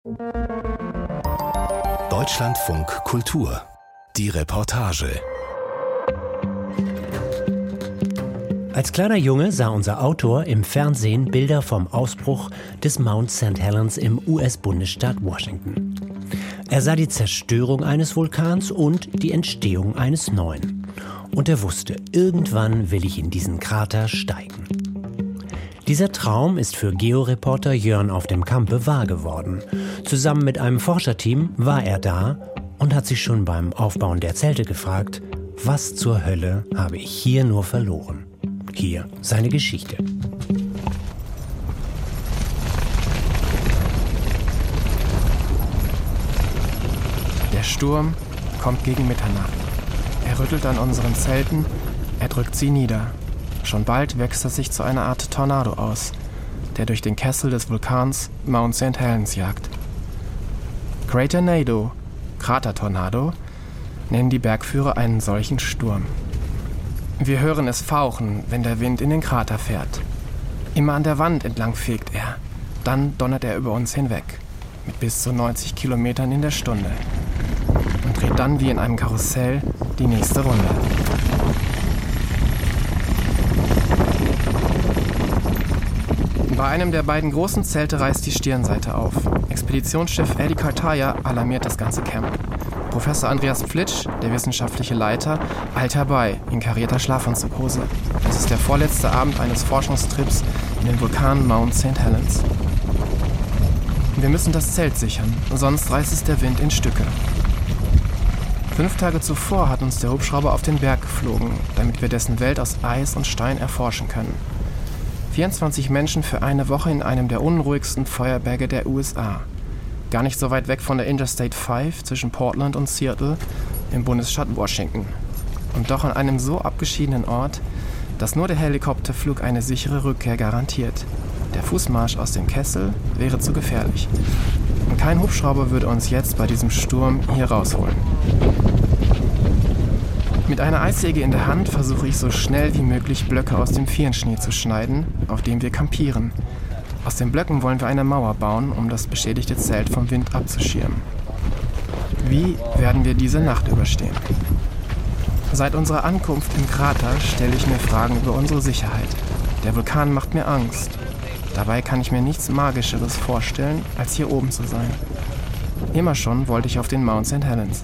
Deutschlandfunk Kultur. Die Reportage. Als kleiner Junge sah unser Autor im Fernsehen Bilder vom Ausbruch des Mount St. Helens im US-Bundesstaat Washington. Er sah die Zerstörung eines Vulkans und die Entstehung eines neuen. Und er wusste, irgendwann will ich in diesen Krater steigen. Dieser Traum ist für Georeporter Jörn auf dem Kampe wahr geworden. Zusammen mit einem Forscherteam war er da und hat sich schon beim Aufbauen der Zelte gefragt, was zur Hölle habe ich hier nur verloren? Hier seine Geschichte. Der Sturm kommt gegen Mitternacht. Er rüttelt an unseren Zelten, er drückt sie nieder. Schon bald wächst er sich zu einer Art Tornado aus, der durch den Kessel des Vulkans Mount St. Helens jagt. Crater-Nado, Kratertornado, nennen die Bergführer einen solchen Sturm. Wir hören es fauchen, wenn der Wind in den Krater fährt. Immer an der Wand entlang fegt er. Dann donnert er über uns hinweg, mit bis zu 90 Kilometern in der Stunde. Und dreht dann wie in einem Karussell die nächste Runde. Bei einem der beiden großen Zelte reißt die Stirnseite auf. Expeditionschef Eddie Cartaya alarmiert das ganze Camp. Professor Andreas Pflitsch, der wissenschaftliche Leiter, eilt herbei in karierter Schlafanzughose. Es ist der vorletzte Abend eines Forschungstrips in den Vulkan Mount St. Helens. Wir müssen das Zelt sichern, sonst reißt es der Wind in Stücke. 5 Tage zuvor hat uns der Hubschrauber auf den Berg geflogen, damit wir dessen Welt aus Eis und Stein erforschen können. 24 Menschen für eine Woche in einem der unruhigsten Feuerberge der USA. Gar nicht so weit weg von der Interstate 5 zwischen Portland und Seattle im Bundesstaat Washington. Und doch an einem so abgeschiedenen Ort, dass nur der Helikopterflug eine sichere Rückkehr garantiert. Der Fußmarsch aus dem Kessel wäre zu gefährlich. Und kein Hubschrauber würde uns jetzt bei diesem Sturm hier rausholen. Mit einer Eissäge in der Hand versuche ich so schnell wie möglich Blöcke aus dem Firnschnee zu schneiden, auf dem wir campieren. Aus den Blöcken wollen wir eine Mauer bauen, um das beschädigte Zelt vom Wind abzuschirmen. Wie werden wir diese Nacht überstehen? Seit unserer Ankunft im Krater stelle ich mir Fragen über unsere Sicherheit. Der Vulkan macht mir Angst. Dabei kann ich mir nichts Magischeres vorstellen, als hier oben zu sein. Immer schon wollte ich auf den Mount St. Helens.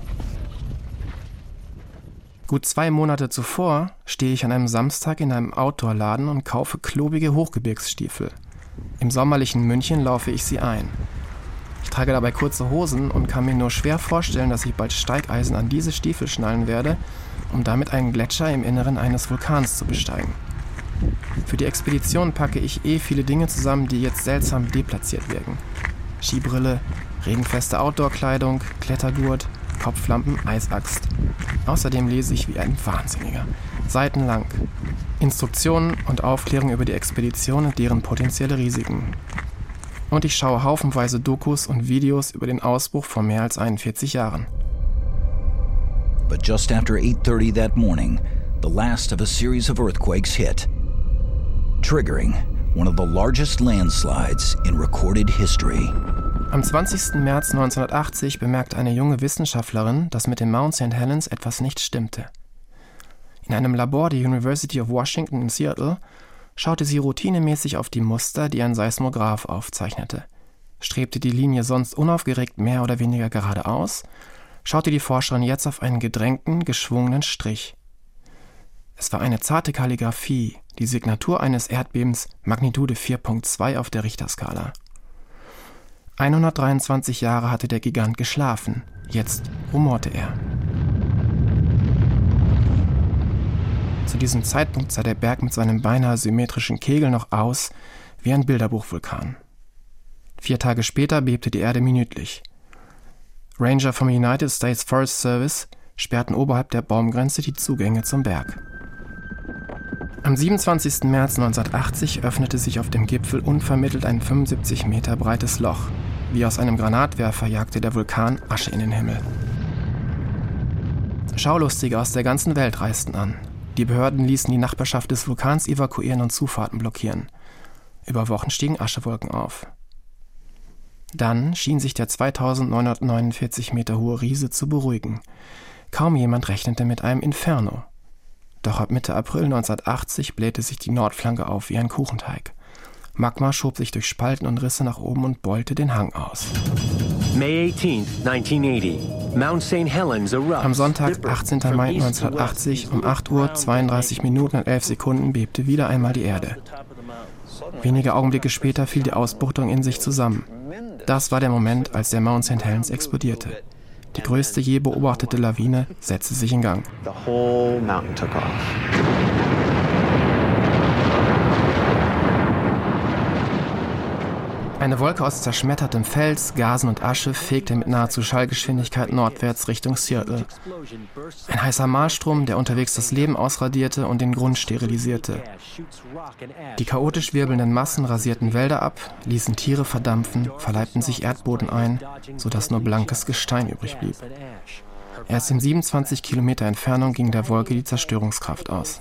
Gut 2 Monate zuvor stehe ich an einem Samstag in einem Outdoor-Laden und kaufe klobige Hochgebirgsstiefel. Im sommerlichen München laufe ich sie ein. Ich trage dabei kurze Hosen und kann mir nur schwer vorstellen, dass ich bald Steigeisen an diese Stiefel schnallen werde, um damit einen Gletscher im Inneren eines Vulkans zu besteigen. Für die Expedition packe ich viele Dinge zusammen, die jetzt seltsam deplatziert wirken. Skibrille, regenfeste Outdoor-Kleidung, Klettergurt, Kopflampen, Eisaxt. Außerdem lese ich wie ein Wahnsinniger. Seitenlang. Instruktionen und Aufklärung über die Expedition und deren potenzielle Risiken. Und ich schaue haufenweise Dokus und Videos über den Ausbruch vor mehr als 41 Jahren. But just after 8:30 that morning, the last of a series of earthquakes hit, triggering one of the largest landslides in recorded history. Am 20. März 1980 bemerkte eine junge Wissenschaftlerin, dass mit dem Mount St. Helens etwas nicht stimmte. In einem Labor der University of Washington in Seattle schaute sie routinemäßig auf die Muster, die ein Seismograph aufzeichnete. Strebte die Linie sonst unaufgeregt mehr oder weniger geradeaus, schaute die Forscherin jetzt auf einen gedrängten, geschwungenen Strich. Es war eine zarte Kalligraphie, die Signatur eines Erdbebens Magnitude 4.2 auf der Richterskala. 123 Jahre hatte der Gigant geschlafen. Jetzt rumorte er. Zu diesem Zeitpunkt sah der Berg mit seinem beinahe symmetrischen Kegel noch aus wie ein Bilderbuchvulkan. 4 Tage später bebte die Erde minütlich. Ranger vom United States Forest Service sperrten oberhalb der Baumgrenze die Zugänge zum Berg. Am 27. März 1980 öffnete sich auf dem Gipfel unvermittelt ein 75 Meter breites Loch. Wie aus einem Granatwerfer jagte der Vulkan Asche in den Himmel. Schaulustige aus der ganzen Welt reisten an. Die Behörden ließen die Nachbarschaft des Vulkans evakuieren und Zufahrten blockieren. Über Wochen stiegen Aschewolken auf. Dann schien sich der 2949 Meter hohe Riese zu beruhigen. Kaum jemand rechnete mit einem Inferno. Doch ab Mitte April 1980 blähte sich die Nordflanke auf wie ein Kuchenteig. Magma schob sich durch Spalten und Risse nach oben und beulte den Hang aus. May 18, 1980. Mount St. Helens erupts. Am Sonntag, 18. Mai 1980, um 8 Uhr, 32 Minuten und 11 Sekunden bebte wieder einmal die Erde. Wenige Augenblicke später fiel die Ausbuchtung in sich zusammen. Das war der Moment, als der Mount St. Helens explodierte. Die größte je beobachtete Lawine setzte sich in Gang. The whole mountain took off. Eine Wolke aus zerschmettertem Fels, Gasen und Asche fegte mit nahezu Schallgeschwindigkeit nordwärts Richtung Seattle. Ein heißer Malstrom, der unterwegs das Leben ausradierte und den Grund sterilisierte. Die chaotisch wirbelnden Massen rasierten Wälder ab, ließen Tiere verdampfen, verleibten sich Erdboden ein, sodass nur blankes Gestein übrig blieb. Erst in 27 Kilometer Entfernung ging der Wolke die Zerstörungskraft aus.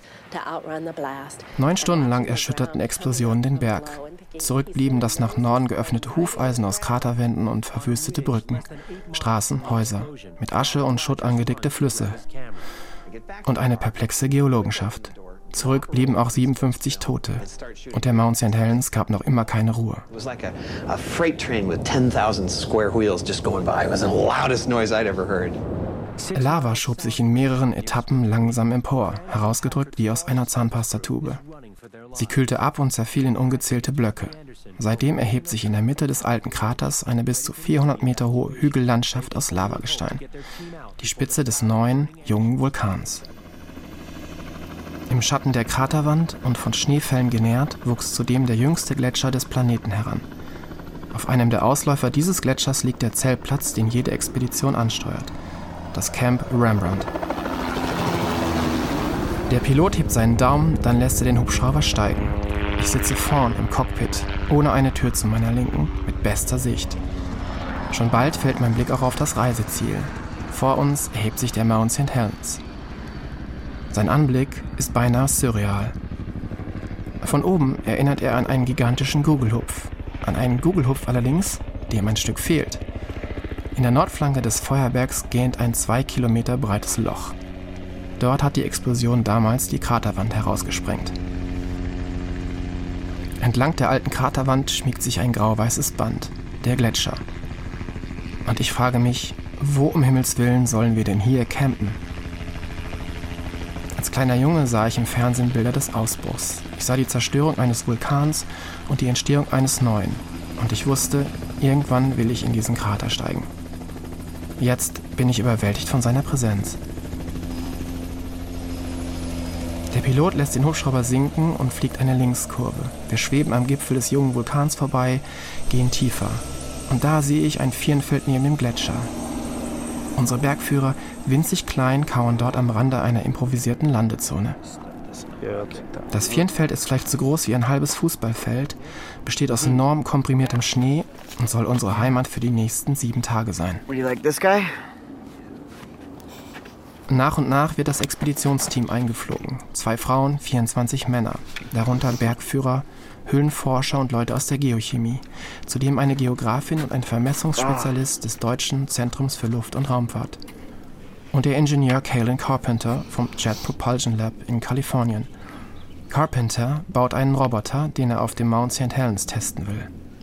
9 Stunden lang erschütterten Explosionen den Berg. Zurück blieben das nach Norden geöffnete Hufeisen aus Kraterwänden und verwüstete Brücken, Straßen, Häuser, mit Asche und Schutt angedeckte Flüsse und eine perplexe Geologenschaft. Zurück blieben auch 57 Tote und der Mount St. Helens gab noch immer keine Ruhe. It was like a freight train with 10,000 square wheels just going by. It was the loudest noise I'd ever heard. Lava schob sich in mehreren Etappen langsam empor, herausgedrückt wie aus einer Zahnpastatube. Sie kühlte ab und zerfiel in ungezählte Blöcke. Seitdem erhebt sich in der Mitte des alten Kraters eine bis zu 400 Meter hohe Hügellandschaft aus Lavagestein. Die Spitze des neuen, jungen Vulkans. Im Schatten der Kraterwand und von Schneefällen genährt, wuchs zudem der jüngste Gletscher des Planeten heran. Auf einem der Ausläufer dieses Gletschers liegt der Zeltplatz, den jede Expedition ansteuert. Das Camp Rembrandt. Der Pilot hebt seinen Daumen, dann lässt er den Hubschrauber steigen. Ich sitze vorn im Cockpit, ohne eine Tür zu meiner Linken, mit bester Sicht. Schon bald fällt mein Blick auch auf das Reiseziel. Vor uns erhebt sich der Mount St. Helens. Sein Anblick ist beinahe surreal. Von oben erinnert er an einen gigantischen Gugelhupf. An einen Gugelhupf allerdings, dem ein Stück fehlt. In der Nordflanke des Feuerbergs gähnt ein 2 Kilometer breites Loch. Dort hat die Explosion damals die Kraterwand herausgesprengt. Entlang der alten Kraterwand schmiegt sich ein grau-weißes Band, der Gletscher. Und ich frage mich, wo um Himmels Willen sollen wir denn hier campen? Als kleiner Junge sah ich im Fernsehen Bilder des Ausbruchs. Ich sah die Zerstörung eines Vulkans und die Entstehung eines neuen. Und ich wusste, irgendwann will ich in diesen Krater steigen. Jetzt bin ich überwältigt von seiner Präsenz. Der Pilot lässt den Hubschrauber sinken und fliegt eine Linkskurve. Wir schweben am Gipfel des jungen Vulkans vorbei, gehen tiefer. Und da sehe ich ein Firnfeld neben dem Gletscher. Unsere Bergführer, winzig klein, kauern dort am Rande einer improvisierten Landezone. Das Firnfeld ist vielleicht so groß wie ein halbes Fußballfeld, besteht aus enorm komprimiertem Schnee und soll unsere Heimat für die nächsten 7 Tage sein. Would you like this guy? Nach und nach wird das Expeditionsteam eingeflogen. 2 Frauen, 24 Männer, darunter Bergführer, Höhlenforscher und Leute aus der Geochemie, zudem eine Geografin und ein Vermessungsspezialist des Deutschen Zentrums für Luft- und Raumfahrt. Und der Ingenieur Calen Carpenter vom Jet Propulsion Lab in Kalifornien. Carpenter baut einen Roboter, den er auf dem Mount St. Helens testen will.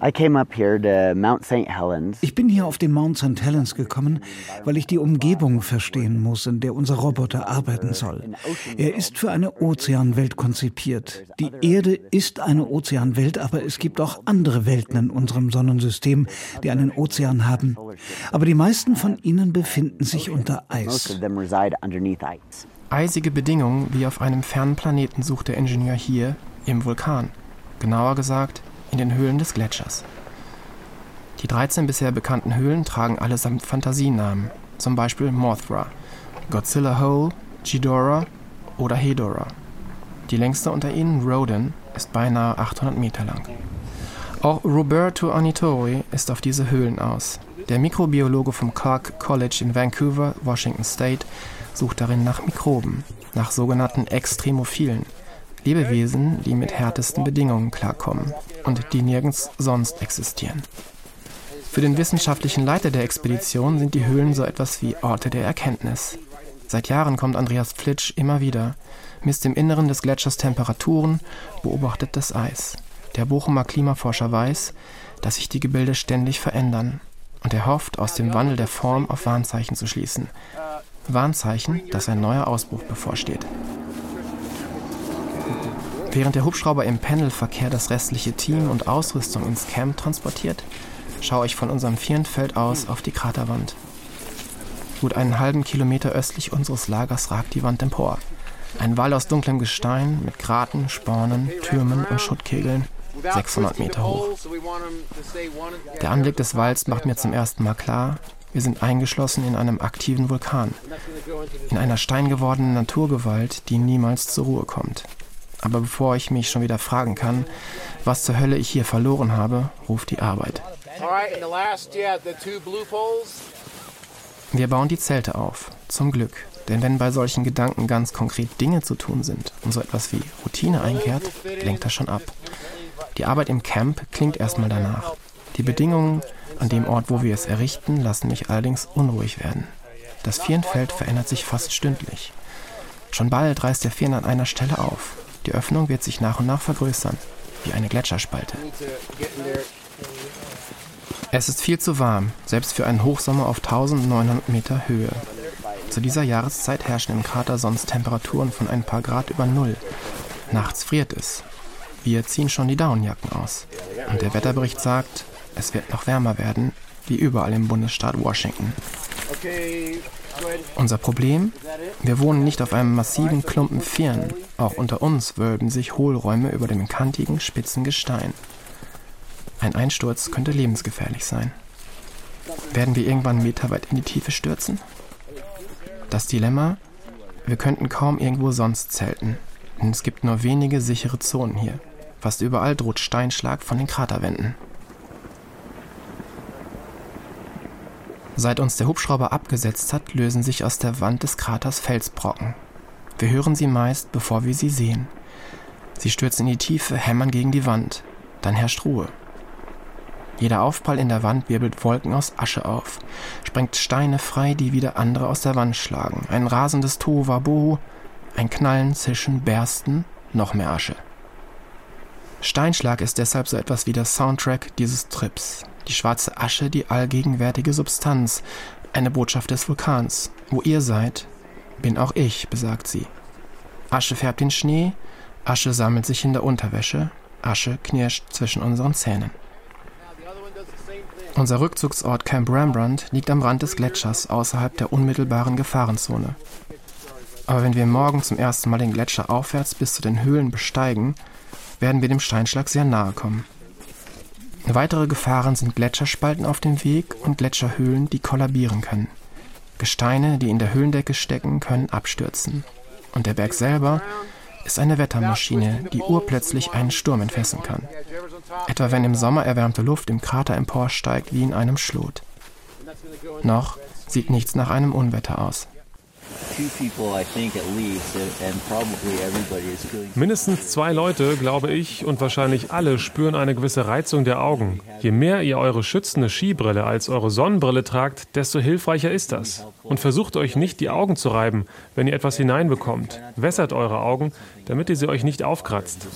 Ich bin hier auf den Mount St. Helens gekommen, weil ich die Umgebung verstehen muss, in der unser Roboter arbeiten soll. Er ist für eine Ozeanwelt konzipiert. Die Erde ist eine Ozeanwelt, aber es gibt auch andere Welten in unserem Sonnensystem, die einen Ozean haben. Aber die meisten von ihnen befinden sich unter Eis. Eisige Bedingungen wie auf einem fernen Planeten sucht der Ingenieur hier im Vulkan. Genauer gesagt, in den Höhlen des Gletschers. Die 13 bisher bekannten Höhlen tragen allesamt Fantasienamen, zum Beispiel Mothra, Godzilla Hole, Ghidorah oder Hedorah. Die längste unter ihnen, Rodan, ist beinahe 800 Meter lang. Auch Roberto Anitori ist auf diese Höhlen aus. Der Mikrobiologe vom Clark College in Vancouver, Washington State, sucht darin nach Mikroben, nach sogenannten Extremophilen. Lebewesen, die mit härtesten Bedingungen klarkommen und die nirgends sonst existieren. Für den wissenschaftlichen Leiter der Expedition sind die Höhlen so etwas wie Orte der Erkenntnis. Seit Jahren kommt Andreas Flitsch immer wieder, misst im Inneren des Gletschers Temperaturen, beobachtet das Eis. Der Bochumer Klimaforscher weiß, dass sich die Gebilde ständig verändern. Und er hofft, aus dem Wandel der Form auf Warnzeichen zu schließen. Warnzeichen, dass ein neuer Ausbruch bevorsteht. Während der Hubschrauber im Pendelverkehr das restliche Team und Ausrüstung ins Camp transportiert, schaue ich von unserem Vierenfeld aus auf die Kraterwand. Gut einen halben Kilometer östlich unseres Lagers ragt die Wand empor. Ein Wall aus dunklem Gestein mit Graten, Spornen, Türmen und Schuttkegeln, 600 Meter hoch. Der Anblick des Walls macht mir zum ersten Mal klar, wir sind eingeschlossen in einem aktiven Vulkan, in einer steingewordenen Naturgewalt, die niemals zur Ruhe kommt. Aber bevor ich mich schon wieder fragen kann, was zur Hölle ich hier verloren habe, ruft die Arbeit. Wir bauen die Zelte auf, zum Glück. Denn wenn bei solchen Gedanken ganz konkret Dinge zu tun sind und so etwas wie Routine einkehrt, lenkt das schon ab. Die Arbeit im Camp klingt erstmal danach. Die Bedingungen an dem Ort, wo wir es errichten, lassen mich allerdings unruhig werden. Das Vierenfeld verändert sich fast stündlich. Schon bald reißt der Firn an einer Stelle auf. Die Öffnung wird sich nach und nach vergrößern, wie eine Gletscherspalte. Es ist viel zu warm, selbst für einen Hochsommer auf 1900 Meter Höhe. Zu dieser Jahreszeit herrschen im Krater sonst Temperaturen von ein paar Grad über Null. Nachts friert es. Wir ziehen schon die Daunenjacken aus. Und der Wetterbericht sagt, es wird noch wärmer werden, wie überall im Bundesstaat Washington. Unser Problem? Wir wohnen nicht auf einem massiven Klumpen Firn. Auch unter uns wölben sich Hohlräume über dem kantigen, spitzen Gestein. Ein Einsturz könnte lebensgefährlich sein. Werden wir irgendwann meterweit in die Tiefe stürzen? Das Dilemma? Wir könnten kaum irgendwo sonst zelten. Denn es gibt nur wenige sichere Zonen hier. Fast überall droht Steinschlag von den Kraterwänden. Seit uns der Hubschrauber abgesetzt hat, lösen sich aus der Wand des Kraters Felsbrocken. Wir hören sie meist, bevor wir sie sehen. Sie stürzen in die Tiefe, hämmern gegen die Wand. Dann herrscht Ruhe. Jeder Aufprall in der Wand wirbelt Wolken aus Asche auf, sprengt Steine frei, die wieder andere aus der Wand schlagen. Ein rasendes Tohuwabohu, ein Knallen, Zischen, Bersten, noch mehr Asche. Steinschlag ist deshalb so etwas wie der Soundtrack dieses Trips. Die schwarze Asche, die allgegenwärtige Substanz, eine Botschaft des Vulkans. Wo ihr seid, bin auch ich, besagt sie. Asche färbt den Schnee, Asche sammelt sich in der Unterwäsche, Asche knirscht zwischen unseren Zähnen. Unser Rückzugsort Camp Rembrandt liegt am Rand des Gletschers außerhalb der unmittelbaren Gefahrenzone. Aber wenn wir morgen zum ersten Mal den Gletscher aufwärts bis zu den Höhlen besteigen, werden wir dem Steinschlag sehr nahe kommen. Weitere Gefahren sind Gletscherspalten auf dem Weg und Gletscherhöhlen, die kollabieren können. Gesteine, die in der Höhlendecke stecken, können abstürzen. Und der Berg selber ist eine Wettermaschine, die urplötzlich einen Sturm entfesseln kann. Etwa wenn im Sommer erwärmte Luft im Krater emporsteigt wie in einem Schlot. Noch sieht nichts nach einem Unwetter aus. Mindestens 2 Leute, glaube ich, und wahrscheinlich alle spüren eine gewisse Reizung der Augen. Je mehr ihr eure schützende Skibrille als eure Sonnenbrille tragt, desto hilfreicher ist das. Und versucht euch nicht, die Augen zu reiben, wenn ihr etwas hineinbekommt. Wässert eure Augen, damit ihr sie euch nicht aufkratzt.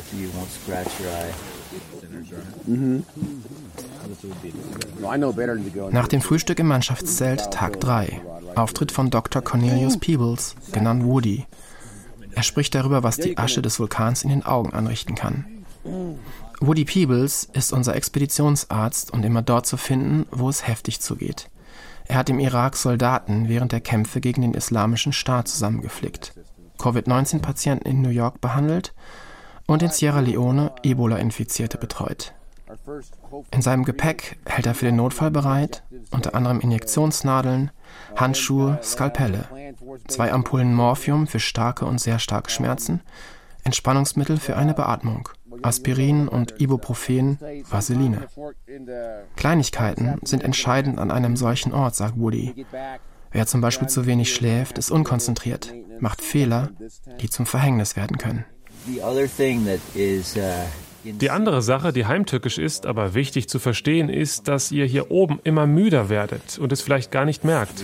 Nach dem Frühstück im Mannschaftszelt, Tag 3. Auftritt von Dr. Cornelius Peebles, genannt Woody. Er spricht darüber, was die Asche des Vulkans in den Augen anrichten kann. Woody Peebles ist unser Expeditionsarzt und immer dort zu finden, wo es heftig zugeht. Er hat im Irak Soldaten während der Kämpfe gegen den Islamischen Staat zusammengeflickt, Covid-19-Patienten in New York behandelt und in Sierra Leone Ebola-Infizierte betreut. In seinem Gepäck hält er für den Notfall bereit, unter anderem Injektionsnadeln, Handschuhe, Skalpelle, 2 Ampullen Morphium für starke und sehr starke Schmerzen, Entspannungsmittel für eine Beatmung, Aspirin und Ibuprofen, Vaseline. Kleinigkeiten sind entscheidend an einem solchen Ort, sagt Woody. Wer zum Beispiel zu wenig schläft, ist unkonzentriert, macht Fehler, die zum Verhängnis werden können. Die andere Sache, die heimtückisch ist, aber wichtig zu verstehen, ist, dass ihr hier oben immer müder werdet und es vielleicht gar nicht merkt.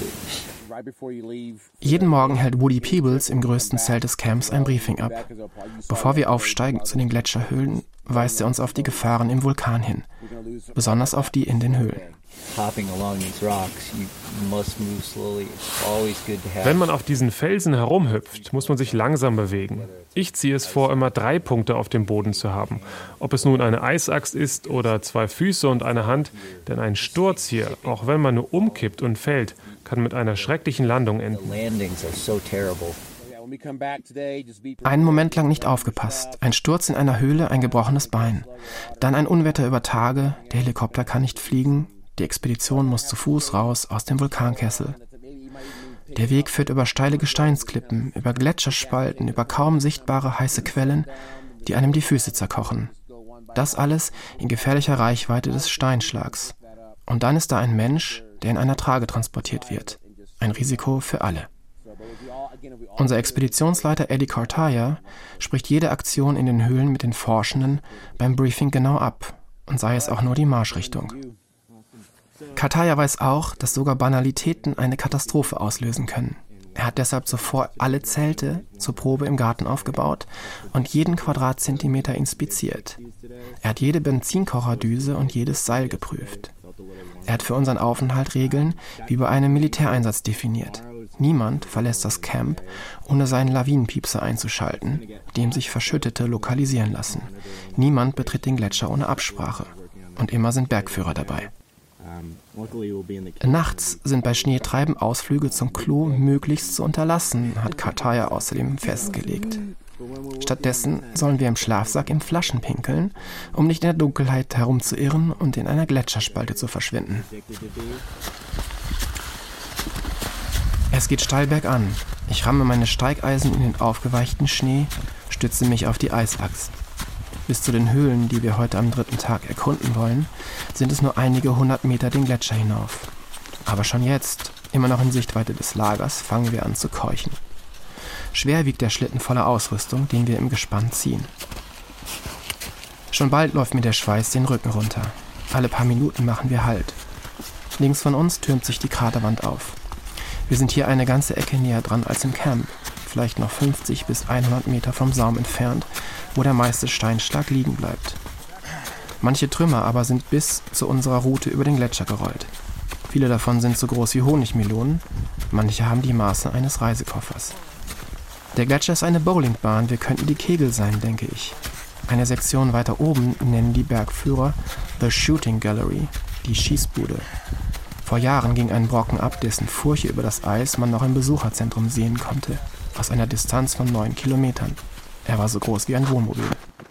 Jeden Morgen hält Woody Peebles im größten Zelt des Camps ein Briefing ab. Bevor wir aufsteigen zu den Gletscherhöhlen, weist er uns auf die Gefahren im Vulkan hin, besonders auf die in den Höhlen. Wenn man auf diesen Felsen herumhüpft, muss man sich langsam bewegen. Ich ziehe es vor, immer 3 Punkte auf dem Boden zu haben. Ob es nun eine Eisaxt ist oder 2 Füße und eine Hand, denn ein Sturz hier, auch wenn man nur umkippt und fällt, kann mit einer schrecklichen Landung enden. Einen Moment lang nicht aufgepasst. Ein Sturz in einer Höhle, ein gebrochenes Bein. Dann ein Unwetter über Tage, der Helikopter kann nicht fliegen, die Expedition muss zu Fuß raus aus dem Vulkankessel. Der Weg führt über steile Gesteinsklippen, über Gletscherspalten, über kaum sichtbare heiße Quellen, die einem die Füße zerkochen. Das alles in gefährlicher Reichweite des Steinschlags. Und dann ist da ein Mensch, der in einer Trage transportiert wird. Ein Risiko für alle. Unser Expeditionsleiter Eddie Cartaya spricht jede Aktion in den Höhlen mit den Forschenden beim Briefing genau ab, und sei es auch nur die Marschrichtung. Cartaya weiß auch, dass sogar Banalitäten eine Katastrophe auslösen können. Er hat deshalb zuvor alle Zelte zur Probe im Garten aufgebaut und jeden Quadratzentimeter inspiziert. Er hat jede Benzinkocherdüse und jedes Seil geprüft. Er hat für unseren Aufenthalt Regeln wie bei einem Militäreinsatz definiert. Niemand verlässt das Camp, ohne seinen Lawinenpiepser einzuschalten, dem sich Verschüttete lokalisieren lassen. Niemand betritt den Gletscher ohne Absprache. Und immer sind Bergführer dabei. Nachts sind bei Schneetreiben Ausflüge zum Klo möglichst zu unterlassen, hat Cartaya außerdem festgelegt. Stattdessen sollen wir im Schlafsack in Flaschen pinkeln, um nicht in der Dunkelheit herumzuirren und in einer Gletscherspalte zu verschwinden. Es geht steil bergan. Ich ramme meine Steigeisen in den aufgeweichten Schnee, stütze mich auf die Eisaxt. Bis zu den Höhlen, die wir heute am 3. Tag erkunden wollen, sind es nur einige 100 Meter den Gletscher hinauf. Aber schon jetzt, immer noch in Sichtweite des Lagers, fangen wir an zu keuchen. Schwer wiegt der Schlitten voller Ausrüstung, den wir im Gespann ziehen. Schon bald läuft mir der Schweiß den Rücken runter. Alle paar Minuten machen wir Halt. Links von uns türmt sich die Kraterwand auf. Wir sind hier eine ganze Ecke näher dran als im Camp, vielleicht noch 50 bis 100 Meter vom Saum entfernt, wo der meiste Steinschlag liegen bleibt. Manche Trümmer aber sind bis zu unserer Route über den Gletscher gerollt. Viele davon sind so groß wie Honigmelonen, manche haben die Maße eines Reisekoffers. Der Gletscher ist eine Bowlingbahn, wir könnten die Kegel sein, denke ich. Eine Sektion weiter oben nennen die Bergführer The Shooting Gallery, die Schießbude. Vor Jahren ging ein Brocken ab, dessen Furche über das Eis man noch im Besucherzentrum sehen konnte, aus einer Distanz von 9 Kilometern. Er war so groß wie ein Wohnmobil.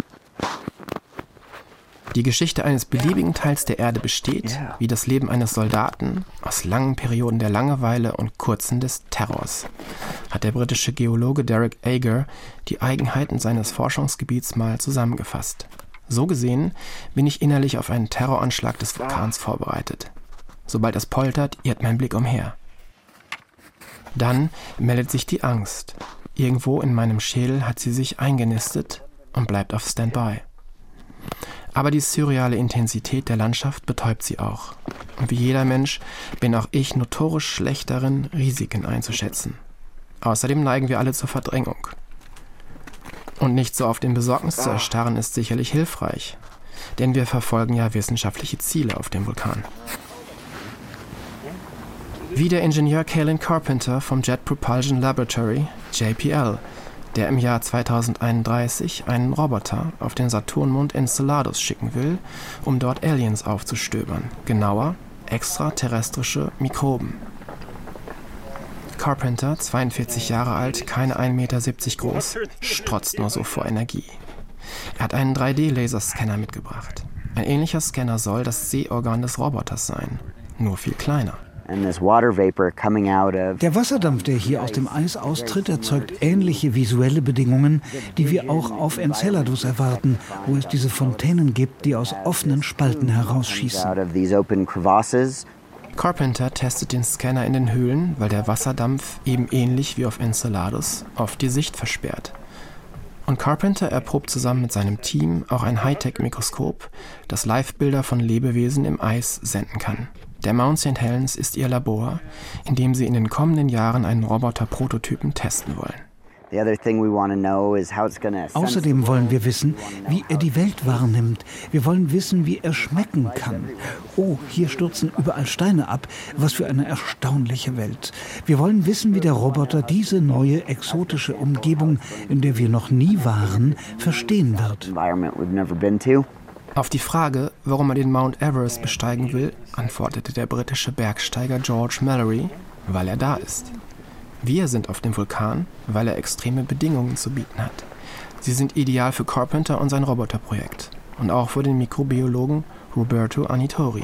Die Geschichte eines beliebigen Teils der Erde besteht, wie das Leben eines Soldaten, aus langen Perioden der Langeweile und kurzen des Terrors, hat der britische Geologe Derek Ager die Eigenheiten seines Forschungsgebiets mal zusammengefasst. So gesehen bin ich innerlich auf einen Terroranschlag des Vulkans vorbereitet. Sobald es poltert, irrt mein Blick umher. Dann meldet sich die Angst. Irgendwo in meinem Schädel hat sie sich eingenistet und bleibt auf Standby. Aber die surreale Intensität der Landschaft betäubt sie auch. Und wie jeder Mensch bin auch ich notorisch schlecht darin, Risiken einzuschätzen. Außerdem neigen wir alle zur Verdrängung. Und nicht so auf den Besorgnis zu erstarren ist sicherlich hilfreich, denn wir verfolgen ja wissenschaftliche Ziele auf dem Vulkan. Wie der Ingenieur Calin Carpenter vom Jet Propulsion Laboratory, JPL, der im Jahr 2031 einen Roboter auf den Saturnmond Enceladus schicken will, um dort Aliens aufzustöbern. Genauer, extraterrestrische Mikroben. Carpenter, 42 Jahre alt, keine 1,70 Meter groß, strotzt nur so vor Energie. Er hat einen 3D-Laserscanner mitgebracht. Ein ähnlicher Scanner soll das Sehorgan des Roboters sein, nur viel kleiner. Der Wasserdampf, der hier aus dem Eis austritt, erzeugt ähnliche visuelle Bedingungen, die wir auch auf Enceladus erwarten, wo es diese Fontänen gibt, die aus offenen Spalten herausschießen. Carpenter testet den Scanner in den Höhlen, weil der Wasserdampf eben ähnlich wie auf Enceladus oft die Sicht versperrt. Und Carpenter erprobt zusammen mit seinem Team auch ein Hightech-Mikroskop, das Live-Bilder von Lebewesen im Eis senden kann. Der Mount St. Helens ist ihr Labor, in dem sie in den kommenden Jahren einen Roboter-Prototypen testen wollen. Außerdem wollen wir wissen, wie er die Welt wahrnimmt. Wir wollen wissen, wie er schmecken kann. Oh, hier stürzen überall Steine ab. Was für eine erstaunliche Welt. Wir wollen wissen, wie der Roboter diese neue, exotische Umgebung, in der wir noch nie waren, verstehen wird. Auf die Frage, warum er den Mount Everest besteigen will, antwortete der britische Bergsteiger George Mallory, weil er da ist. Wir sind auf dem Vulkan, weil er extreme Bedingungen zu bieten hat. Sie sind ideal für Carpenter und sein Roboterprojekt und auch für den Mikrobiologen Roberto Anitori.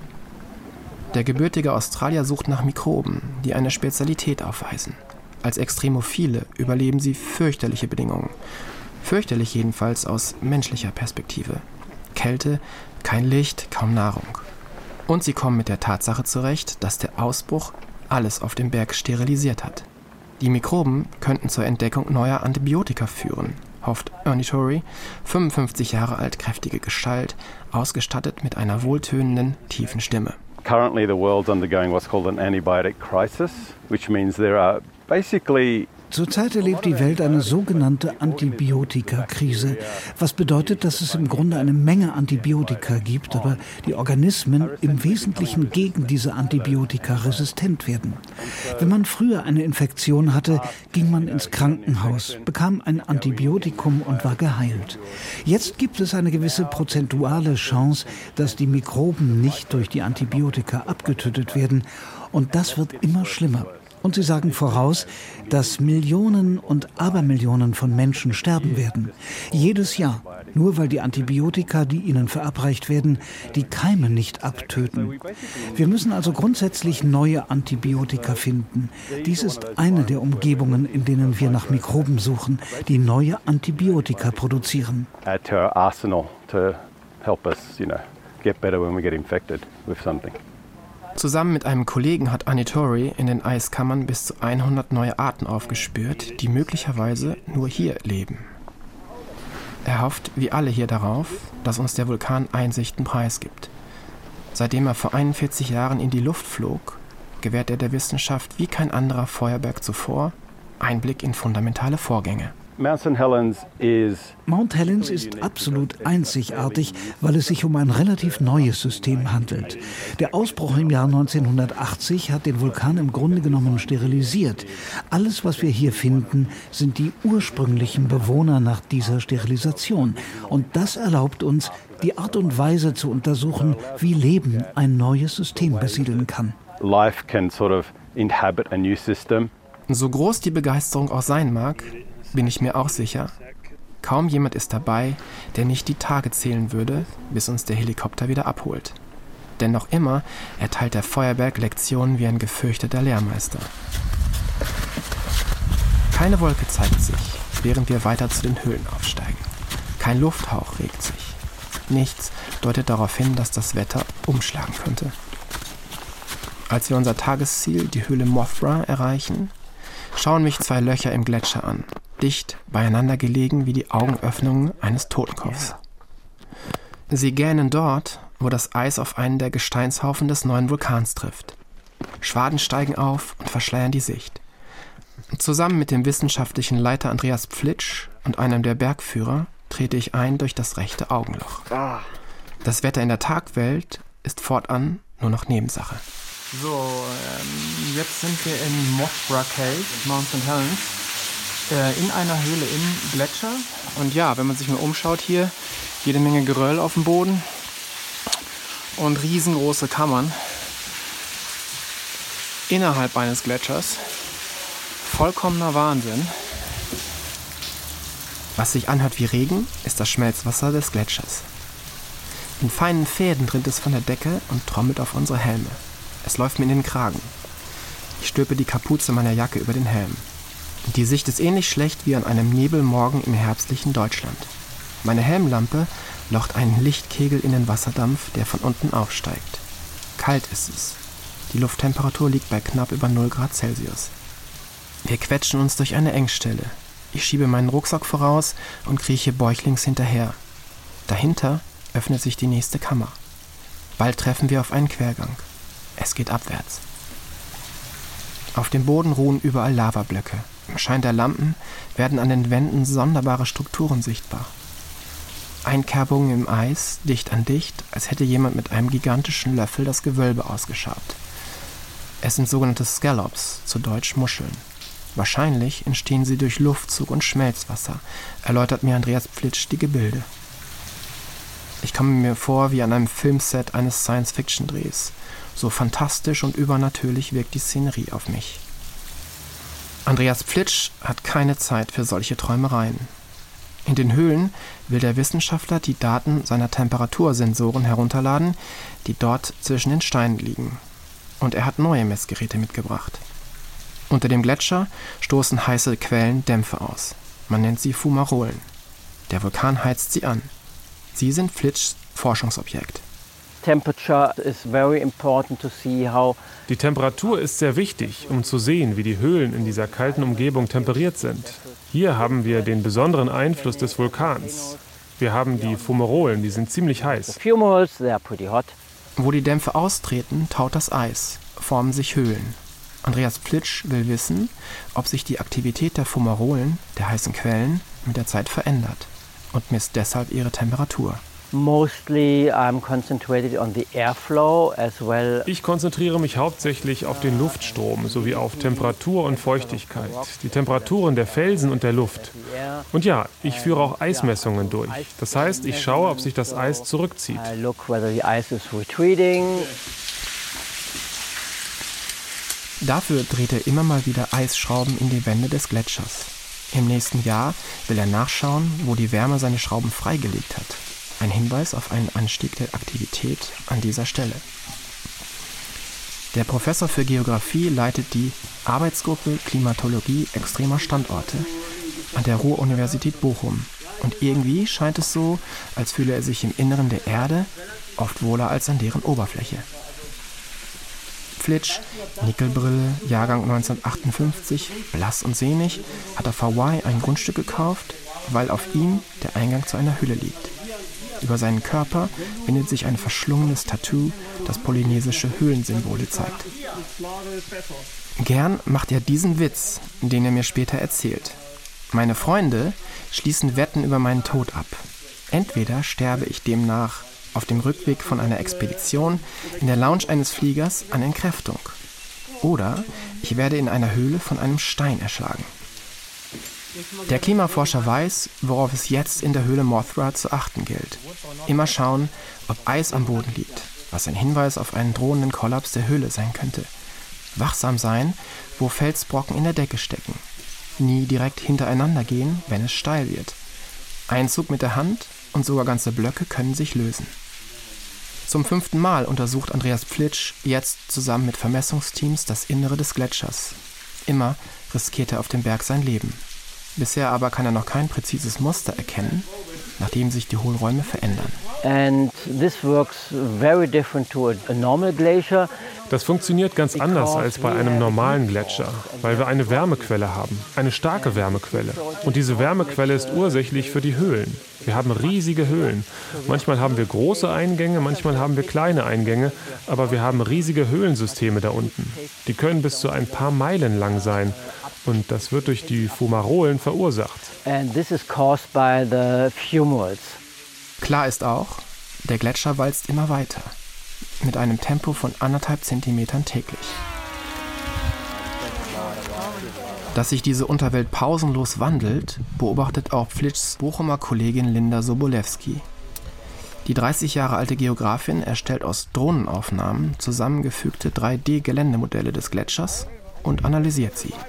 Der gebürtige Australier sucht nach Mikroben, die eine Spezialität aufweisen. Als Extremophile überleben sie fürchterliche Bedingungen. Fürchterlich jedenfalls aus menschlicher Perspektive. Kälte, kein Licht, kaum Nahrung. Und sie kommen mit der Tatsache zurecht, dass der Ausbruch alles auf dem Berg sterilisiert hat. Die Mikroben könnten zur Entdeckung neuer Antibiotika führen, hofft Anitori, 55 Jahre alt, kräftige Gestalt, ausgestattet mit einer wohltönenden, tiefen Stimme. Currently the world's undergoing what's called an antibiotic crisis, which means there are basically Zurzeit erlebt die Welt eine sogenannte Antibiotika-Krise, was bedeutet, dass es im Grunde eine Menge Antibiotika gibt, aber die Organismen im Wesentlichen gegen diese Antibiotika resistent werden. Wenn man früher eine Infektion hatte, ging man ins Krankenhaus, bekam ein Antibiotikum und war geheilt. Jetzt gibt es eine gewisse prozentuale Chance, dass die Mikroben nicht durch die Antibiotika abgetötet werden, und das wird immer schlimmer. Und sie sagen voraus, dass Millionen und Abermillionen von Menschen sterben werden. Jedes Jahr. Nur weil die Antibiotika, die ihnen verabreicht werden, die Keime nicht abtöten. Wir müssen also grundsätzlich neue Antibiotika finden. Dies ist eine der Umgebungen, in denen wir nach Mikroben suchen, die neue Antibiotika produzieren. add to our arsenal to help us, get better when we get infected with something. Zusammen mit einem Kollegen hat Anitori in den Eiskammern bis zu 100 neue Arten aufgespürt, die möglicherweise nur hier leben. Er hofft, wie alle hier, darauf, dass uns der Vulkan Einsichten preisgibt. Seitdem er vor 41 Jahren in die Luft flog, gewährt er der Wissenschaft wie kein anderer Feuerberg zuvor Einblick in fundamentale Vorgänge. Mount St. Helens ist absolut einzigartig, weil es sich um ein relativ neues System handelt. Der Ausbruch im Jahr 1980 hat den Vulkan im Grunde genommen sterilisiert. Alles, was wir hier finden, sind die ursprünglichen Bewohner nach dieser Sterilisation. Und das erlaubt uns, die Art und Weise zu untersuchen, wie Leben ein neues System besiedeln kann. Life can sort of inhabit a new system. So groß die Begeisterung auch sein mag, bin ich mir auch sicher, kaum jemand ist dabei, der nicht die Tage zählen würde, bis uns der Helikopter wieder abholt. Denn noch immer erteilt der Feuerberg Lektionen wie ein gefürchteter Lehrmeister. Keine Wolke zeigt sich, während wir weiter zu den Höhlen aufsteigen. Kein Lufthauch regt sich. Nichts deutet darauf hin, dass das Wetter umschlagen könnte. Als wir unser Tagesziel, die Höhle Mothra, erreichen, schauen mich zwei Löcher im Gletscher an, dicht beieinander gelegen wie die Augenöffnungen eines Totenkopfs. Sie gähnen dort, wo das Eis auf einen der Gesteinshaufen des neuen Vulkans trifft. Schwaden steigen auf und verschleiern die Sicht. Zusammen mit dem wissenschaftlichen Leiter Andreas Pflitsch und einem der Bergführer trete ich ein durch das rechte Augenloch. Das Wetter in der Tagwelt ist fortan nur noch Nebensache. So, jetzt sind wir in Mothra Cave, Mount St. Helens, in einer Höhle im Gletscher. Und ja, wenn man sich mal umschaut hier, jede Menge Geröll auf dem Boden und riesengroße Kammern innerhalb eines Gletschers. Vollkommener Wahnsinn. Was sich anhört wie Regen, ist das Schmelzwasser des Gletschers. In feinen Fäden rinnt es von der Decke und trommelt auf unsere Helme. Es läuft mir in den Kragen. Ich stülpe die Kapuze meiner Jacke über den Helm. Die Sicht ist ähnlich schlecht wie an einem Nebelmorgen im herbstlichen Deutschland. Meine Helmlampe locht einen Lichtkegel in den Wasserdampf, der von unten aufsteigt. Kalt ist es. Die Lufttemperatur liegt bei knapp über 0 Grad Celsius. Wir quetschen uns durch eine Engstelle. Ich schiebe meinen Rucksack voraus und krieche bäuchlings hinterher. Dahinter öffnet sich die nächste Kammer. Bald treffen wir auf einen Quergang. Es geht abwärts. Auf dem Boden ruhen überall Lavablöcke. Im Schein der Lampen werden an den Wänden sonderbare Strukturen sichtbar. Einkerbungen im Eis, dicht an dicht, als hätte jemand mit einem gigantischen Löffel das Gewölbe ausgeschabt. Es sind sogenannte Scallops, zu Deutsch Muscheln. Wahrscheinlich entstehen sie durch Luftzug und Schmelzwasser, erläutert mir Andreas Pflitsch die Gebilde. Ich komme mir vor wie an einem Filmset eines Science-Fiction-Drehs. So fantastisch und übernatürlich wirkt die Szenerie auf mich. Andreas Pflitsch hat keine Zeit für solche Träumereien. In den Höhlen will der Wissenschaftler die Daten seiner Temperatursensoren herunterladen, die dort zwischen den Steinen liegen. Und er hat neue Messgeräte mitgebracht. Unter dem Gletscher stoßen heiße Quellen Dämpfe aus. Man nennt sie Fumarolen. Der Vulkan heizt sie an. Sie sind Pflitschs Forschungsobjekt. Die Temperatur ist sehr wichtig, um zu sehen, wie die Höhlen in dieser kalten Umgebung temperiert sind. Hier haben wir den besonderen Einfluss des Vulkans. Wir haben die Fumarolen, die sind ziemlich heiß. Wo die Dämpfe austreten, taut das Eis, formen sich Höhlen. Andreas Pflitsch will wissen, ob sich die Aktivität der Fumarolen, der heißen Quellen, mit der Zeit verändert und misst deshalb ihre Temperatur. Ich konzentriere mich hauptsächlich auf den Luftstrom sowie auf Temperatur und Feuchtigkeit, die Temperaturen der Felsen und der Luft. Und ja, ich führe auch Eismessungen durch. Das heißt, ich schaue, ob sich das Eis zurückzieht. Dafür dreht er immer mal wieder Eisschrauben in die Wände des Gletschers. Im nächsten Jahr will er nachschauen, wo die Wärme seine Schrauben freigelegt hat. Ein Hinweis auf einen Anstieg der Aktivität an dieser Stelle. Der Professor für Geographie leitet die Arbeitsgruppe Klimatologie extremer Standorte an der Ruhr-Universität Bochum. Und irgendwie scheint es so, als fühle er sich im Inneren der Erde oft wohler als an deren Oberfläche. Pflitsch, Nickelbrille, Jahrgang 1958, blass und sehnig, hat auf Hawaii ein Grundstück gekauft, weil auf ihm der Eingang zu einer Höhle liegt. Über seinen Körper bindet sich ein verschlungenes Tattoo, das polynesische Höhlensymbole zeigt. Gern macht er diesen Witz, den er mir später erzählt. Meine Freunde schließen Wetten über meinen Tod ab. Entweder sterbe ich demnach auf dem Rückweg von einer Expedition in der Lounge eines Fliegers an Entkräftung. Oder ich werde in einer Höhle von einem Stein erschlagen. Der Klimaforscher weiß, worauf es jetzt in der Höhle Mothra zu achten gilt. Immer schauen, ob Eis am Boden liegt, was ein Hinweis auf einen drohenden Kollaps der Höhle sein könnte. Wachsam sein, wo Felsbrocken in der Decke stecken. Nie direkt hintereinander gehen, wenn es steil wird. Einzug mit der Hand und sogar ganze Blöcke können sich lösen. Zum 5. Mal untersucht Andreas Pflitsch jetzt zusammen mit Vermessungsteams das Innere des Gletschers. Immer riskiert er auf dem Berg sein Leben. Bisher aber kann er noch kein präzises Muster erkennen, nachdem sich die Hohlräume verändern. Das funktioniert ganz anders als bei einem normalen Gletscher, weil wir eine Wärmequelle haben, eine starke Wärmequelle. Und diese Wärmequelle ist ursächlich für die Höhlen. Wir haben riesige Höhlen. Manchmal haben wir große Eingänge, manchmal haben wir kleine Eingänge, aber wir haben riesige Höhlensysteme da unten. Die können bis zu ein paar Meilen lang sein. Und das wird durch die Fumarolen verursacht. Klar ist auch, der Gletscher walzt immer weiter. Mit einem Tempo von 1,5 Zentimetern täglich. Dass sich diese Unterwelt pausenlos wandelt, beobachtet auch Pflitschs Bochumer Kollegin Linda Sobolewski. Die 30 Jahre alte Geografin erstellt aus Drohnenaufnahmen zusammengefügte 3D-Geländemodelle des Gletschers und analysiert sie.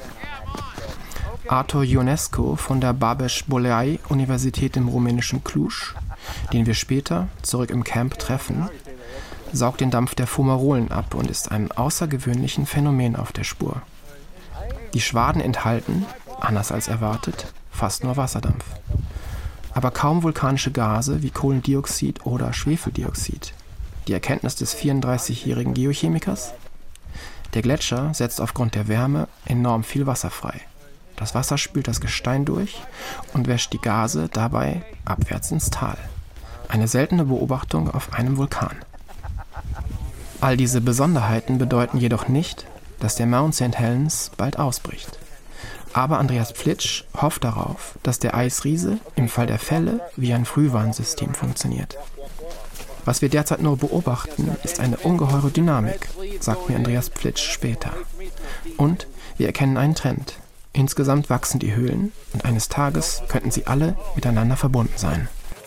Artur Ionescu von der Babeș-Bolyai-Universität im rumänischen Cluj, den wir später, zurück im Camp, treffen, saugt den Dampf der Fumarolen ab und ist einem außergewöhnlichen Phänomen auf der Spur. Die Schwaden enthalten, anders als erwartet, fast nur Wasserdampf. Aber kaum vulkanische Gase wie Kohlendioxid oder Schwefeldioxid. Die Erkenntnis des 34-jährigen Geochemikers? Der Gletscher setzt aufgrund der Wärme enorm viel Wasser frei. Das Wasser spült das Gestein durch und wäscht die Gase dabei abwärts ins Tal. Eine seltene Beobachtung auf einem Vulkan. All diese Besonderheiten bedeuten jedoch nicht, dass der Mount St. Helens bald ausbricht. Aber Andreas Pflitsch hofft darauf, dass der Eisriese im Fall der Fälle wie ein Frühwarnsystem funktioniert. Was wir derzeit nur beobachten, ist eine ungeheure Dynamik, sagt mir Andreas Pflitsch später. Und wir erkennen einen Trend. Insgesamt wachsen die Höhlen und eines Tages könnten sie alle miteinander verbunden sein.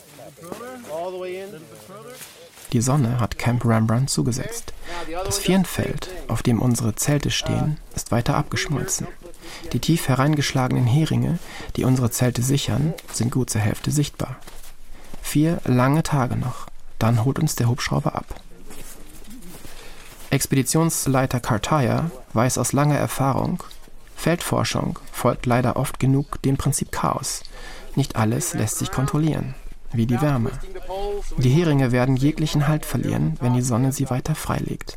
Die Sonne hat Camp Rembrandt zugesetzt. Das Firnfeld, auf dem unsere Zelte stehen, ist weiter abgeschmolzen. Die tief hereingeschlagenen Heringe, die unsere Zelte sichern, sind gut zur Hälfte sichtbar. 4 lange Tage noch, dann holt uns der Hubschrauber ab. Expeditionsleiter Cartier weiß aus langer Erfahrung, Feldforschung folgt leider oft genug dem Prinzip Chaos. Nicht alles lässt sich kontrollieren, wie die Wärme. Die Heringe werden jeglichen Halt verlieren, wenn die Sonne sie weiter freilegt.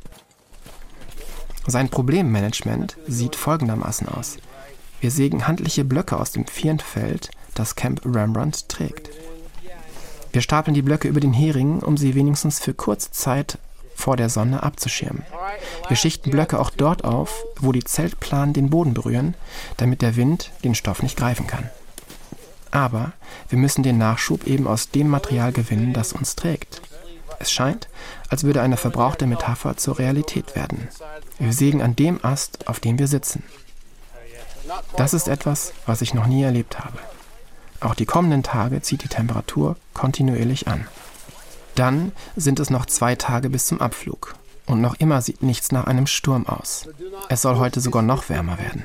Sein Problemmanagement sieht folgendermaßen aus. Wir sägen handliche Blöcke aus dem Firnfeld, das Camp Rembrandt trägt. Wir stapeln die Blöcke über den Hering, um sie wenigstens für kurze Zeit vor der Sonne abzuschirmen. Wir schichten Blöcke auch dort auf, wo die Zeltplanen den Boden berühren, damit der Wind den Stoff nicht greifen kann. Aber wir müssen den Nachschub eben aus dem Material gewinnen, das uns trägt. Es scheint, als würde eine verbrauchte Metapher zur Realität werden. Wir sägen an dem Ast, auf dem wir sitzen. Das ist etwas, was ich noch nie erlebt habe. Auch die kommenden Tage zieht die Temperatur kontinuierlich an. Dann sind es noch 2 Tage bis zum Abflug. Und noch immer sieht nichts nach einem Sturm aus. Es soll heute sogar noch wärmer werden.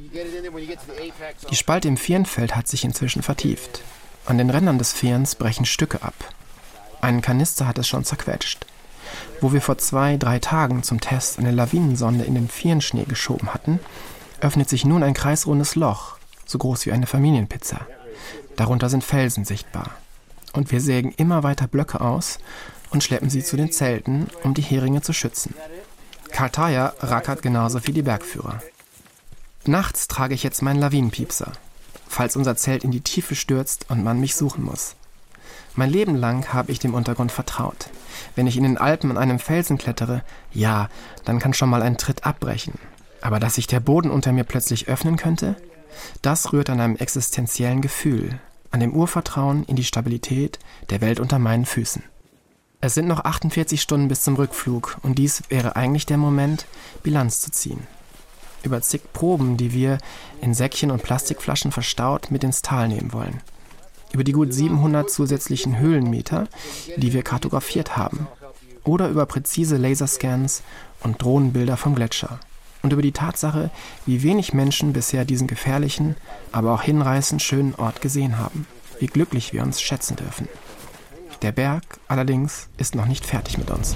Die Spalte im Firnfeld hat sich inzwischen vertieft. An den Rändern des Firns brechen Stücke ab. Einen Kanister hat es schon zerquetscht. Wo wir vor 2-3 Tagen zum Test eine Lawinensonde in den Firnschnee geschoben hatten, öffnet sich nun ein kreisrundes Loch, so groß wie eine Familienpizza. Darunter sind Felsen sichtbar. Und wir sägen immer weiter Blöcke aus und schleppen sie zu den Zelten, um die Heringe zu schützen. Cartier rackert genauso wie die Bergführer. Nachts trage ich jetzt meinen Lawinenpiepser, falls unser Zelt in die Tiefe stürzt und man mich suchen muss. Mein Leben lang habe ich dem Untergrund vertraut. Wenn ich in den Alpen an einem Felsen klettere, ja, dann kann schon mal ein Tritt abbrechen. Aber dass sich der Boden unter mir plötzlich öffnen könnte, das rührt an einem existenziellen Gefühl, an dem Urvertrauen in die Stabilität der Welt unter meinen Füßen. Es sind noch 48 Stunden bis zum Rückflug und dies wäre eigentlich der Moment, Bilanz zu ziehen. Über zig Proben, die wir in Säckchen und Plastikflaschen verstaut mit ins Tal nehmen wollen. Über die gut 700 zusätzlichen Höhlenmeter, die wir kartografiert haben. Oder über präzise Laserscans und Drohnenbilder vom Gletscher. Und über die Tatsache, wie wenig Menschen bisher diesen gefährlichen, aber auch hinreißend schönen Ort gesehen haben. Wie glücklich wir uns schätzen dürfen. Der Berg allerdings ist noch nicht fertig mit uns.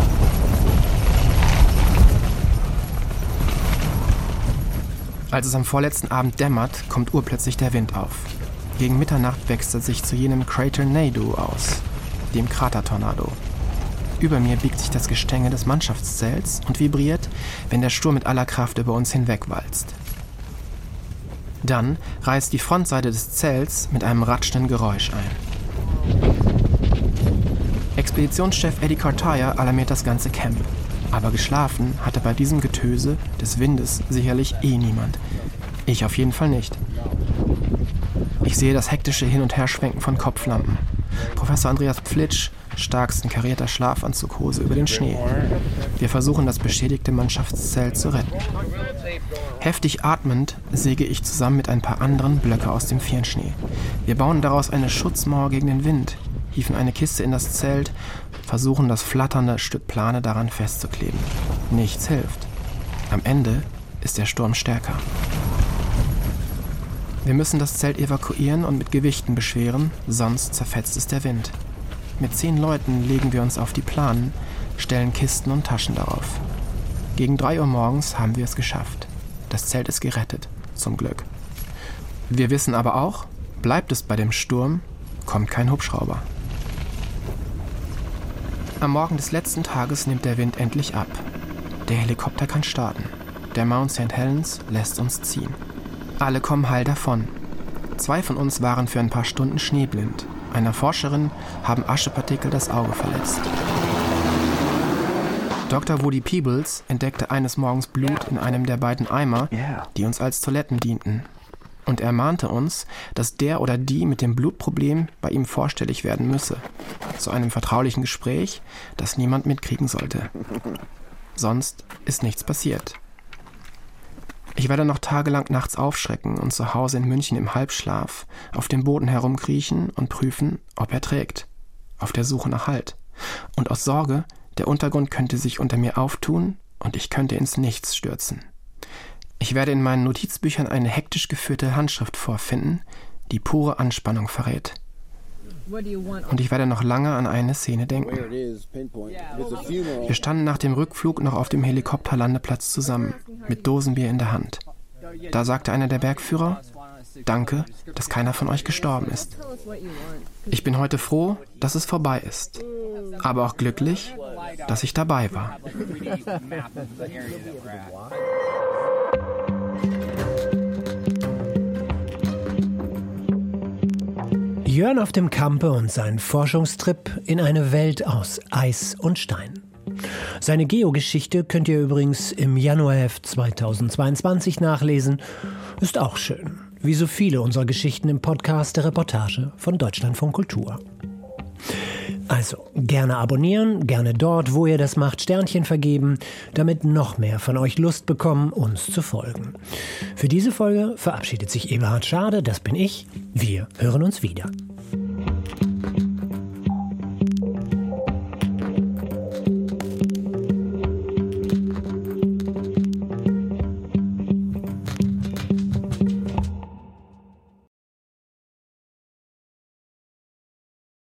Als es am vorletzten Abend dämmert, kommt urplötzlich der Wind auf. Gegen Mitternacht wächst er sich zu jenem Crater-Nado aus, dem Kratertornado. Über mir biegt sich das Gestänge des Mannschaftszelts und vibriert, wenn der Sturm mit aller Kraft über uns hinwegwalzt. Dann reißt die Frontseite des Zelts mit einem ratschenden Geräusch ein. Expeditionschef Eddie Cartier alarmiert das ganze Camp. Aber geschlafen hatte bei diesem Getöse des Windes sicherlich niemand. Ich auf jeden Fall nicht. Ich sehe das hektische Hin- und Herschwenken von Kopflampen. Professor Andreas Pflitsch starkst in karierter Schlafanzughose über den Schnee. Wir versuchen, das beschädigte Mannschaftszelt zu retten. Heftig atmend säge ich zusammen mit ein paar anderen Blöcke aus dem Firnschnee. Wir bauen daraus eine Schutzmauer gegen den Wind, hieven eine Kiste in das Zelt, versuchen das flatternde Stück Plane daran festzukleben. Nichts hilft. Am Ende ist der Sturm stärker. Wir müssen das Zelt evakuieren und mit Gewichten beschweren, sonst zerfetzt es der Wind. Mit 10 Leuten legen wir uns auf die Planen, stellen Kisten und Taschen darauf. Gegen 3 Uhr morgens haben wir es geschafft. Das Zelt ist gerettet, zum Glück. Wir wissen aber auch, bleibt es bei dem Sturm, kommt kein Hubschrauber. Am Morgen des letzten Tages nimmt der Wind endlich ab. Der Helikopter kann starten. Der Mount St. Helens lässt uns ziehen. Alle kommen heil davon. 2 von uns waren für ein paar Stunden schneeblind. Einer Forscherin haben Aschepartikel das Auge verletzt. Dr. Woody Peebles entdeckte eines Morgens Blut in einem der beiden Eimer, die uns als Toiletten dienten. Und er mahnte uns, dass der oder die mit dem Blutproblem bei ihm vorstellig werden müsse. Zu einem vertraulichen Gespräch, das niemand mitkriegen sollte. Sonst ist nichts passiert. Ich werde noch tagelang nachts aufschrecken und zu Hause in München im Halbschlaf auf dem Boden herumkriechen und prüfen, ob er trägt. Auf der Suche nach Halt. Und aus Sorge, der Untergrund könnte sich unter mir auftun und ich könnte ins Nichts stürzen. Ich werde in meinen Notizbüchern eine hektisch geführte Handschrift vorfinden, die pure Anspannung verrät. Und ich werde noch lange an eine Szene denken. Wir standen nach dem Rückflug noch auf dem Helikopterlandeplatz zusammen, mit Dosenbier in der Hand. Da sagte einer der Bergführer: Danke, dass keiner von euch gestorben ist. Ich bin heute froh, dass es vorbei ist, aber auch glücklich, dass ich dabei war. Jörn auf dem Campe und sein Forschungstrip in eine Welt aus Eis und Stein. Seine Geogeschichte könnt ihr übrigens im Januarheft 2022 nachlesen. Ist auch schön, wie so viele unserer Geschichten im Podcast der Reportage von Deutschlandfunk Kultur. Also gerne abonnieren, gerne dort, wo ihr das macht, Sternchen vergeben, damit noch mehr von euch Lust bekommen, uns zu folgen. Für diese Folge verabschiedet sich Eberhard Schade, das bin ich. Wir hören uns wieder.